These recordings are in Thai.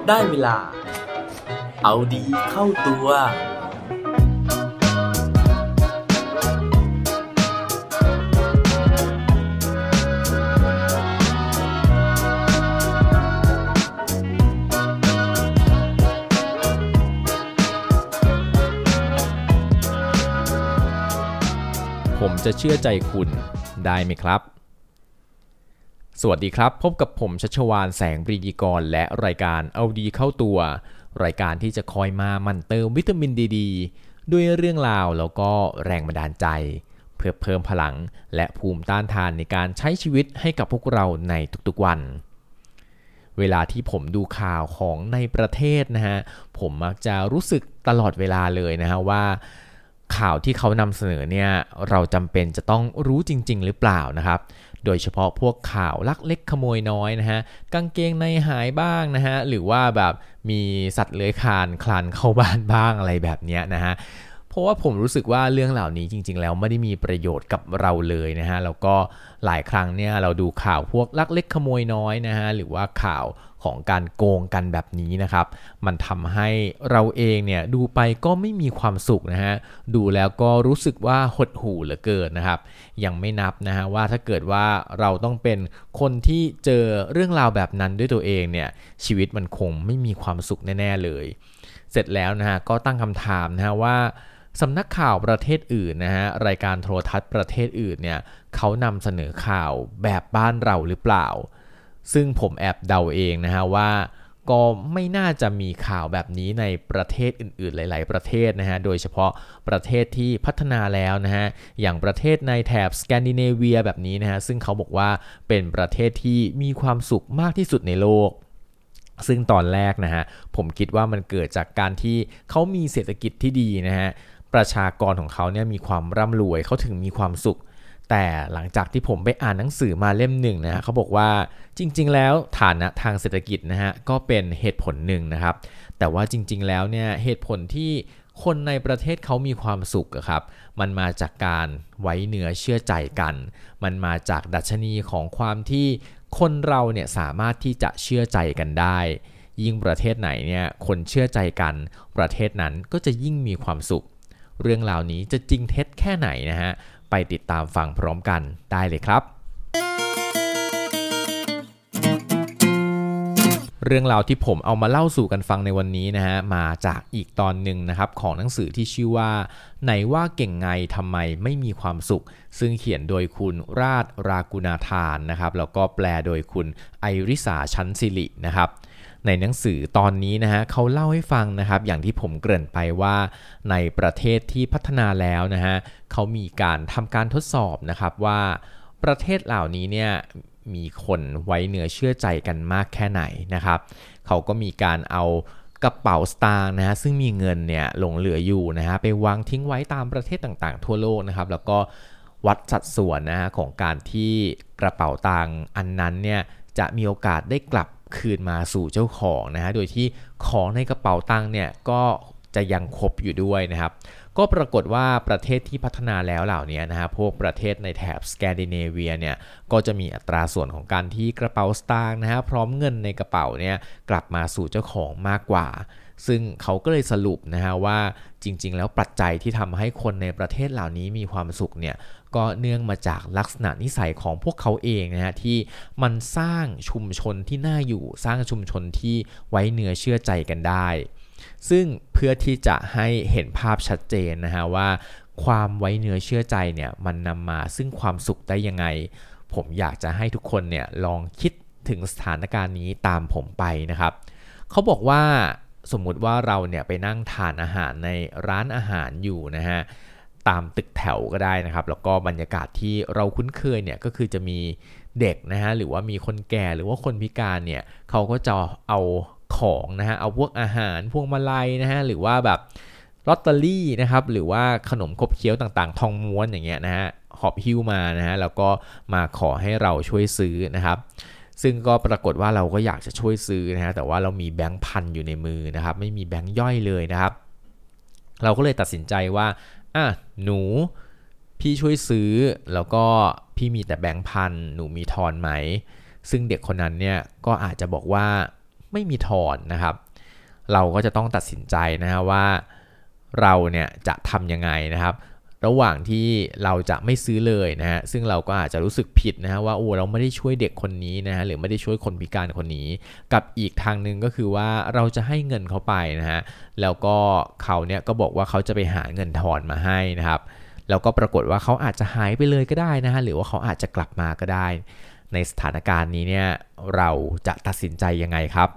ได้เวลาเอาดีเข้าตัวผมจะเชื่อใจคุณได้ไหมครับสวัสดีครับพบกับผมชัชวาลแสงปรีดีกรและรายการเอาดีเข้าตัวรายการที่จะคอยมามั่นเติมวิตามินดีด้วยเรื่องราวแล้วก็แรงบันดาลใจเพื่อเพิ่มพลังและภูมิต้านทานในการใช้ชีวิตให้กับพวกเราในทุกๆวันเวลาที่ผมดูข่าวของในประเทศนะฮะผมมักจะรู้สึกตลอดเวลาเลยนะฮะว่าข่าวที่เขานำเสนอเนี่ยเราจำเป็นจะต้องรู้จริงๆหรือเปล่านะครับโดยเฉพาะพวกข่าวลักเล็กขโมยน้อยนะฮะกางเกงในหายบ้างนะฮะหรือว่าแบบมีสัตว์เลื้อยคลานคลานเข้าบ้านบ้างอะไรแบบนี้นะฮะเพราะว่าผมรู้สึกว่าเรื่องเหล่านี้จริงๆแล้วไม่ได้มีประโยชน์กับเราเลยนะฮะแล้วก็หลายครั้งเนี่ยเราดูข่าวพวกลักเล็กขโมยน้อยนะฮะหรือว่าข่าวของการโกงกันแบบนี้นะครับมันทำให้เราเองเนี่ยดูไปก็ไม่มีความสุขนะฮะดูแล้วก็รู้สึกว่าหดหู่เหลือเกินนะครับยังไม่นับนะฮะว่าถ้าเกิดว่าเราต้องเป็นคนที่เจอเรื่องราวแบบนั้นด้วยตัวเองเนี่ยชีวิตมันคงไม่มีความสุขแน่ๆเลยเสร็จแล้วนะฮะก็ตั้งคำถามนะฮะว่าสำนักข่าวประเทศอื่นนะฮะรายการโทรทัศน์ประเทศอื่นเนี่ยเขานำเสนอข่าวแบบบ้านเราหรือเปล่าซึ่งผมแอบเดาเองนะฮะว่าก็ไม่น่าจะมีข่าวแบบนี้ในประเทศอื่นๆหลายๆประเทศนะฮะโดยเฉพาะประเทศที่พัฒนาแล้วนะฮะอย่างประเทศในแถบสแกนดิเนเวียแบบนี้นะฮะซึ่งเขาบอกว่าเป็นประเทศที่มีความสุขมากที่สุดในโลกซึ่งตอนแรกนะฮะผมคิดว่ามันเกิดจากการที่เขามีเศรษฐกิจที่ดีนะฮะประชากรของเขาเนี่ยมีความร่ำรวยเขาถึงมีความสุขแต่หลังจากที่ผมไปอ่านหนังสือมาเล่มหนึ่งนะฮะเขาบอกว่าจริงๆแล้วฐานะทางเศรษฐกิจนะฮะก็เป็นเหตุผลหนึ่งนะครับแต่ว่าจริงๆแล้วเนี่ยเหตุผลที่คนในประเทศเขามีความสุขครับมันมาจากการไว้เนื้อเชื่อใจกันมันมาจากดัชนีของความที่คนเราเนี่ยสามารถที่จะเชื่อใจกันได้ยิ่งประเทศไหนเนี่ยคนเชื่อใจกันประเทศนั้นก็จะยิ่งมีความสุขเรื่องราวนี้จะจริงเท็จแค่ไหนนะฮะไปติดตามฟังพร้อมกันได้เลยครับเรื่องราวที่ผมเอามาเล่าสู่กันฟังในวันนี้นะฮะมาจากอีกตอนหนึ่งนะครับของหนังสือที่ชื่อว่าไหนว่าเก่งไงทำไมไม่มีความสุขซึ่งเขียนโดยคุณราชรากุณาธานนะครับแล้วก็แปลโดยคุณไอริสาชั้นศิรินะครับในหนังสือตอนนี้นะฮะเขาเล่าให้ฟังนะครับอย่างที่ผมเกริ่นไปว่าในประเทศที่พัฒนาแล้วนะฮะเขามีการทำการทดสอบนะครับว่าประเทศเหล่านี้เนี่ยมีคนไว้เนื้อเชื่อใจกันมากแค่ไหนนะครับเขาก็มีการเอากระเป๋าสตางค์นะฮะซึ่งมีเงินเนี่ยหลงเหลืออยู่นะฮะไปวางทิ้งไว้ตามประเทศต่างๆทั่วโลกนะครับแล้วก็วัดสัดส่วนนะฮะของการที่กระเป๋าตังค์อันนั้นเนี่ยจะมีโอกาสได้กลับคืนมาสู่เจ้าของนะฮะโดยที่ของในกระเป๋าตังค์เนี่ยก็จะยังครบอยู่ด้วยนะครับก็ปรากฏว่าประเทศที่พัฒนาแล้วเหล่านี้นะฮะพวกประเทศในแถบสแกนดิเนเวียเนี่ยก็จะมีอัตราส่วนของการที่กระเป๋าสตางค์นะฮะพร้อมเงินในกระเป๋าเนี่ยกลับมาสู่เจ้าของมากกว่าซึ่งเขาก็เลยสรุปนะฮะว่าจริงๆแล้วปัจจัยที่ทำให้คนในประเทศเหล่านี้มีความสุขเนี่ยก็เนื่องมาจากลักษณะนิสัยของพวกเขาเองนะฮะที่มันสร้างชุมชนที่น่าอยู่สร้างชุมชนที่ไว้เนื้อเชื่อใจกันได้ซึ่งเพื่อที่จะให้เห็นภาพชัดเจนนะฮะว่าความไว้เนื้อเชื่อใจเนี่ยมันนำมาซึ่งความสุขได้ยังไงผมอยากจะให้ทุกคนเนี่ยลองคิดถึงสถานการณ์นี้ตามผมไปนะครับเขาบอกว่าสมมุติว่าเราเนี่ยไปนั่งทานอาหารในร้านอาหารอยู่นะฮะตามตึกแถวก็ได้นะครับแล้วก็บรรยากาศที่เราคุ้นเคยเนี่ยก็คือจะมีเด็กนะฮะหรือว่ามีคนแก่หรือว่าคนพิการเนี่ยเขาก็จะเอาของนะฮะเอาพวกอาหารพวงมาลัยนะฮะหรือว่าแบบลอตเตอรี่นะครับหรือว่าขนมขบเคี้ยวต่างๆทองม้วนอย่างเงี้ยนะฮะหอบหิ้วมานะฮะแล้วก็มาขอให้เราช่วยซื้อนะครับซึ่งก็ปรากฏว่าเราก็อยากจะช่วยซื้อนะฮะแต่ว่าเรามีแบงค์พันอยู่ในมือนะครับไม่มีแบงค์ย่อยเลยนะครับเราก็เลยตัดสินใจว่าหนูพี่ช่วยซื้อแล้วก็พี่มีแต่แบงค์พันหนูมีทอนไหมซึ่งเด็กคนนั้นเนี่ยก็อาจจะบอกว่าไม่มีทอนนะครับเราก็จะต้องตัดสินใจนะฮะว่าเราเนี่ยจะทำยังไงนะครับระหว่างที่เราจะไม่ซื้อเลยนะฮะซึ่งเราก็อาจจะรู้สึกผิดนะฮะว่าโอ้เราไม่ได้ช่วยเด็กคนนี้นะฮะหรือไม่ได้ช่วยคนพิการคนนี้กับอีกทางนึงก็คือว่าเราจะให้เงินเขาไปนะฮะแล้วก็เขาเนี่ยก็บอกว่าเขาจะไปหาเงินทอนมาให้นะครับแล้วก็ปรากฏว่าเขาอาจจะหายไปเลยก็ได้นะฮะหรือว่าเขาอาจจะกลับมาก็ได้ในสถานการณ์นี้เนี่ยเราจะตัดสินใจยังไงครับ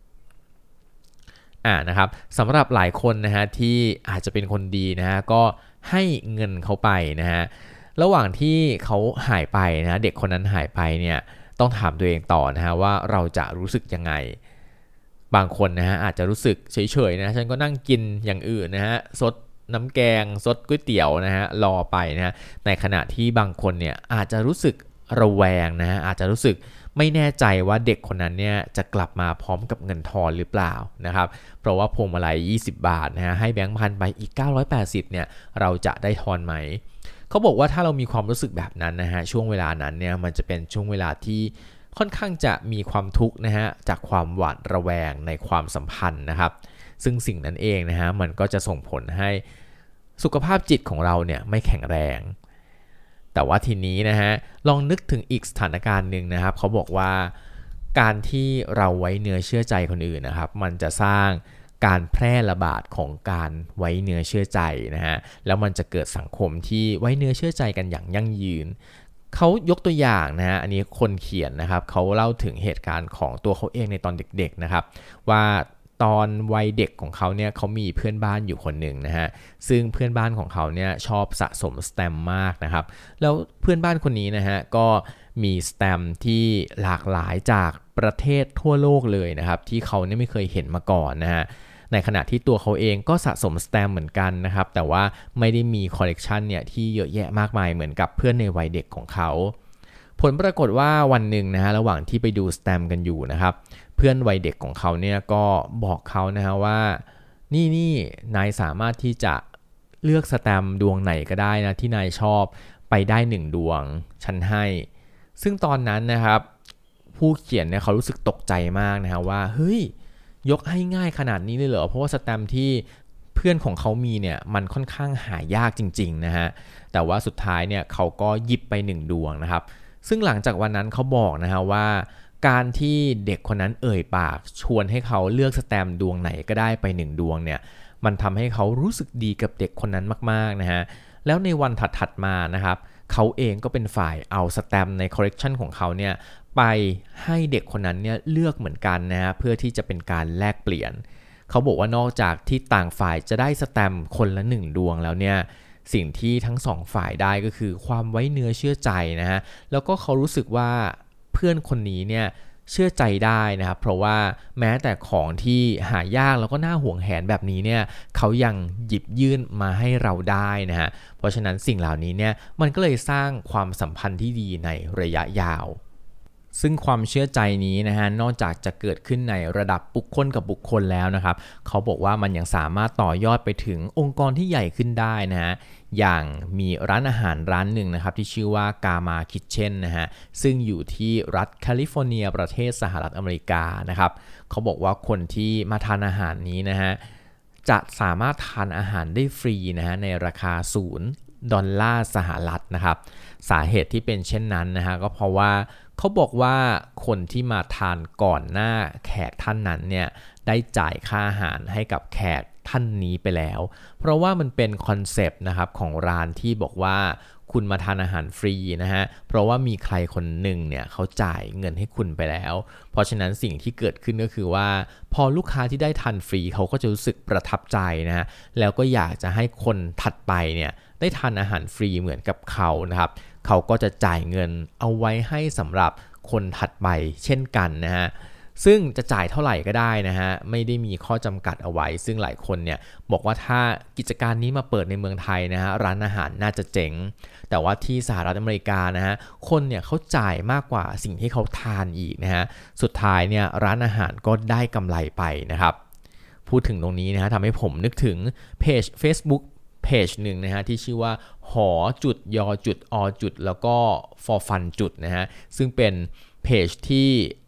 นะครับสำหรับหลายคนนะฮะที่อาจจะเป็นคนดีนะฮะก็ให้เงินเขาไปนะฮะระหว่างที่เขาหายไปนะเด็กคนนั้นหายไปเนี่ยต้องถามตัวเองต่อนะฮะว่าเราจะรู้สึกยังไงบางคนนะฮะอาจจะรู้สึกเฉยๆนะฉันก็นั่งกินอย่างอื่นนะฮะซดน้ำแกงซดก๋วยเตี๋ยวนะฮะรอไปนะฮะในขณะที่บางคนเนี่ยอาจจะรู้สึกระแวงนะฮะอาจจะรู้สึกไม่แน่ใจว่าเด็กคนนั้นเนี่ยจะกลับมาพร้อมกับเงินทอนหรือเปล่านะครับเพราะว่าพวงมาลัย20 บาทนะฮะให้แบงค์พันไปอีก980เนี่ยเราจะได้ทอนไหมเขาบอกว่าถ้าเรามีความรู้สึกแบบนั้นนะฮะช่วงเวลานั้นเนี่ยมันจะเป็นช่วงเวลาที่ค่อนข้างจะมีความทุกข์นะฮะจากความหวาดระแวงในความสัมพันธ์นะครับซึ่งสิ่งนั้นเองนะฮะมันก็จะส่งผลให้สุขภาพจิตของเราเนี่ยไม่แข็งแรงแต่ว่าทีนี้นะฮะลองนึกถึงอีกสถานการณ์หนึ่งนะครับเขาบอกว่าการที่เราไว้เนื้อเชื่อใจคนอื่นนะครับมันจะสร้างการแพร่ระบาดของการไว้เนื้อเชื่อใจนะฮะแล้วมันจะเกิดสังคมที่ไว้เนื้อเชื่อใจกันอย่างยั่งยืนเขายกตัวอย่างนะฮะอันนี้คนเขียนนะครับเขาเล่าถึงเหตุการณ์ของตัวเขาเองในตอนเด็กๆนะครับว่าตอนวัยเด็กของเขาเนี่ยเขามีเพื่อนบ้านอยู่คนหนึ่งนะฮะซึ่งเพื่อนบ้านของเขาเนี่ยชอบสะสมสแตมป์มากนะครับแล้วเพื่อนบ้านคนนี้นะฮะก็มีสแตมป์ที่หลากหลายจากประเทศทั่วโลกเลยนะครับที่เขาเนี่ยไม่เคยเห็นมาก่อนนะฮะในขณะที่ตัวเขาเองก็สะสมสแตมป์เหมือนกันนะครับแต่ว่าไม่ได้มีคอลเลกชันเนี่ยที่เยอะแยะมากมายเหมือนกับเพื่อนในวัยเด็กของเขาผลปรากฏว่าวันหนึ่งนะฮะระหว่างที่ไปดูสแตมป์กันอยู่นะครับเพื่อนวัยเด็กของเขาเนี่ยก็บอกเขานะฮะว่านี่นายสามารถที่จะเลือกสแตมป์ดวงไหนก็ได้นะที่นายชอบไปได้1ดวงฉันให้ซึ่งตอนนั้นนะครับผู้เขียนเนี่ยเขารู้สึกตกใจมากนะฮะว่าเฮ้ยยกให้ง่ายขนาดนี้เลยเหรอเพราะว่าสแตมป์ที่เพื่อนของเขามีเนี่ยมันค่อนข้างหายากจริงๆนะฮะแต่ว่าสุดท้ายเนี่ยเขาก็หยิบไป1ดวงนะครับซึ่งหลังจากวันนั้นเขาบอกนะฮะว่าการที่เด็กคนนั้นเอ่ยปากชวนให้เขาเลือกสแตมป์ดวงไหนก็ได้ไป1ดวงเนี่ยมันทำให้เขารู้สึกดีกับเด็กคนนั้นมากๆนะฮะแล้วในวันถัดๆมานะครับเขาเองก็เป็นฝ่ายเอาสแตมป์ในคอลเลกชันของเขาเนี่ยไปให้เด็กคนนั้นเนี่ยเลือกเหมือนกันนะฮะเพื่อที่จะเป็นการแลกเปลี่ยนเขาบอกว่านอกจากที่ต่างฝ่ายจะได้สแตมป์คนละ1ดวงแล้วเนี่ยสิ่งที่ทั้งสองฝ่ายได้ก็คือความไว้เนื้อเชื่อใจนะฮะแล้วก็เขารู้สึกว่าเพื่อนคนนี้เนี่ยเชื่อใจได้นะครับเพราะว่าแม้แต่ของที่หายากแล้วก็น่าหวงแหนแบบนี้เนี่ยเขายังหยิบยื่นมาให้เราได้นะฮะเพราะฉะนั้นสิ่งเหล่านี้เนี่ยมันก็เลยสร้างความสัมพันธ์ที่ดีในระยะยาวซึ่งความเชื่อใจนี้นะฮะนอกจากจะเกิดขึ้นในระดับบุคคลกับบุคคลแล้วนะครับเขาบอกว่ามันยังสามารถต่อยอดไปถึงองค์กรที่ใหญ่ขึ้นได้นะฮะอย่างมีร้านอาหารร้านหนึ่งนะครับที่ชื่อว่ากามาคิทเช่นนะฮะซึ่งอยู่ที่รัฐแคลิฟอร์เนียประเทศสหรัฐอเมริกานะครับเขาบอกว่าคนที่มาทานอาหารนี้นะฮะจะสามารถทานอาหารได้ฟรีนะฮะในราคา$0สหรัฐนะครับสาเหตุที่เป็นเช่นนั้นนะฮะก็เพราะว่าเขาบอกว่าคนที่มาทานก่อนหน้าแขกท่านนั้นเนี่ยได้จ่ายค่าอาหารให้กับแขกท่านนี้ไปแล้วเพราะว่ามันเป็นคอนเซปต์นะครับของร้านที่บอกว่าคุณมาทานอาหารฟรีนะฮะเพราะว่ามีใครคนหนึ่งเนี่ยเขาจ่ายเงินให้คุณไปแล้วเพราะฉะนั้นสิ่งที่เกิดขึ้นก็คือว่าพอลูกค้าที่ได้ทานฟรีเขาก็จะรู้สึกประทับใจนะฮะแล้วก็อยากจะให้คนถัดไปเนี่ยได้ทานอาหารฟรีเหมือนกับเขานะครับเขาก็จะจ่ายเงินเอาไว้ให้สำหรับคนถัดไปเช่นกันนะฮะซึ่งจะจ่ายเท่าไหร่ก็ได้นะฮะไม่ได้มีข้อจำกัดเอาไว้ซึ่งหลายคนเนี่ยบอกว่าถ้ากิจการนี้มาเปิดในเมืองไทยนะฮะร้านอาหารน่าจะเจ๋งแต่ว่าที่สหรัฐอเมริกานะฮะคนเนี่ยเขาจ่ายมากกว่าสิ่งที่เขาทานอีกนะฮะสุดท้ายเนี่ยร้านอาหารก็ได้กำไรไปนะครับพูดถึงตรงนี้นะฮะทำให้ผมนึกถึงเพจ Facebookเพจหนึ่งนะฮะที่ชื่อว่าหอจุดยอจุดอจุดแล้วก็ for fun จุดนะฮะซึ่งเป็นเพจที่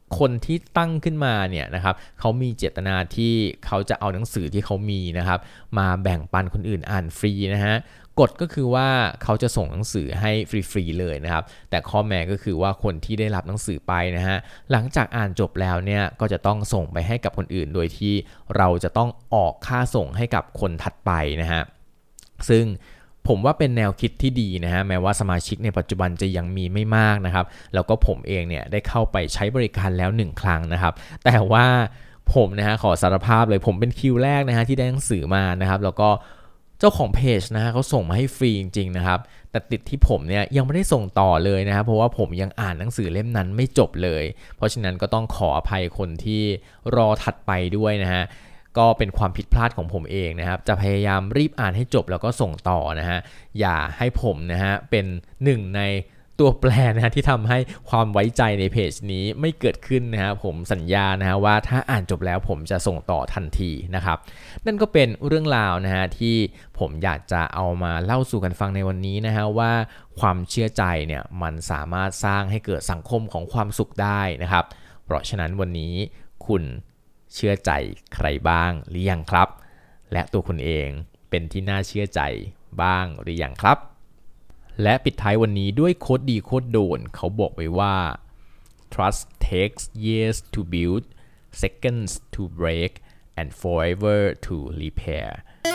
คนที่ตั้งขึ้นมาเนี่ยนะครับเขามีเจตนาที่เขาจะเอาหนังสือที่เขามีนะครับมาแบ่งปันคนอื่นอ่านฟรีนะฮะกฎก็คือว่าเขาจะส่งหนังสือให้ฟรีๆเลยนะครับแต่ข้อแม้ก็คือว่าคนที่ได้รับหนังสือไปนะฮะหลังจากอ่านจบแล้วเนี่ยก็จะต้องส่งไปให้กับคนอื่นโดยที่เราจะต้องออกค่าส่งให้กับคนถัดไปนะฮะซึ่งผมว่าเป็นแนวคิดที่ดีนะฮะแม้ว่าสมาชิกในปัจจุบันจะยังมีไม่มากนะครับแล้วก็ผมเองเนี่ยได้เข้าไปใช้บริการแล้ว1ครั้งนะครับแต่ว่าผมนะฮะขอสารภาพเลยผมเป็นคิวแรกนะฮะที่ได้หนังสือมานะครับแล้วก็เจ้าของเพจนะฮะเขาส่งมาให้ฟรีจริงๆนะครับแต่ติดที่ผมเนี่ยยังไม่ได้ส่งต่อเลยนะครับเพราะว่าผมยังอ่านหนังสือเล่มนั้นไม่จบเลยเพราะฉะนั้นก็ต้องขออภัยคนที่รอถัดไปด้วยนะฮะก็เป็นความผิดพลาดของผมเองนะครับจะพยายามรีบอ่านให้จบแล้วก็ส่งต่อนะฮะอย่าให้ผมนะฮะเป็นหนึ่งในตัวแปรนะฮะที่ทำให้ความไว้ใจในเพจนี้ไม่เกิดขึ้นนะฮะผมสัญญานะฮะว่าถ้าอ่านจบแล้วผมจะส่งต่อทันทีนะครับนั่นก็เป็นเรื่องราวนะฮะที่ผมอยากจะเอามาเล่าสู่กันฟังในวันนี้นะฮะว่าความเชื่อใจเนี่ยมันสามารถสร้างให้เกิดสังคมของความสุขได้นะครับเพราะฉะนั้นวันนี้คุณเชื่อใจใครบ้างหรือยังครับและตัวคุณเองเป็นที่น่าเชื่อใจบ้างหรือยังครับและปิดท้ายวันนี้ด้วยโค้ดดีโค้ดโดนเขาบอกไว้ว่า trust takes years to build seconds to break and forever to repair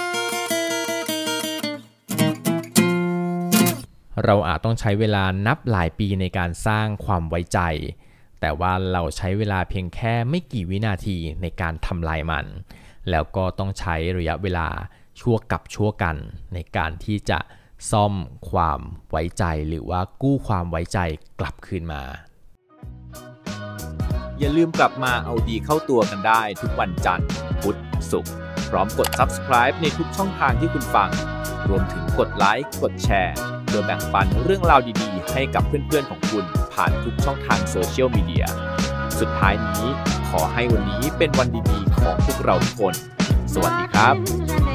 เราอาจต้องใช้เวลานับหลายปีในการสร้างความไว้ใจแต่ว่าเราใช้เวลาเพียงแค่ไม่กี่วินาทีในการทำลายมันแล้วก็ต้องใช้ระยะเวลาชั่วกับชั่วกันในการที่จะซ่อมความไว้ใจหรือว่ากู้ความไว้ใจกลับคืนมาอย่าลืมกลับมาเอาดีเข้าตัวกันได้ทุกวันจันทร์พุธศุกร์พร้อมกด Subscribe ในทุกช่องทางที่คุณฟังรวมถึงกดไลค์กดแชร์เพื่อแบ่งปันเรื่องราวดีๆให้กับเพื่อนๆของคุณผ่านทุกช่องทางโซเชียลมีเดียสุดท้ายนี้ขอให้วันนี้เป็นวันดีๆของพวกเราทุกคนสวัสดีครับ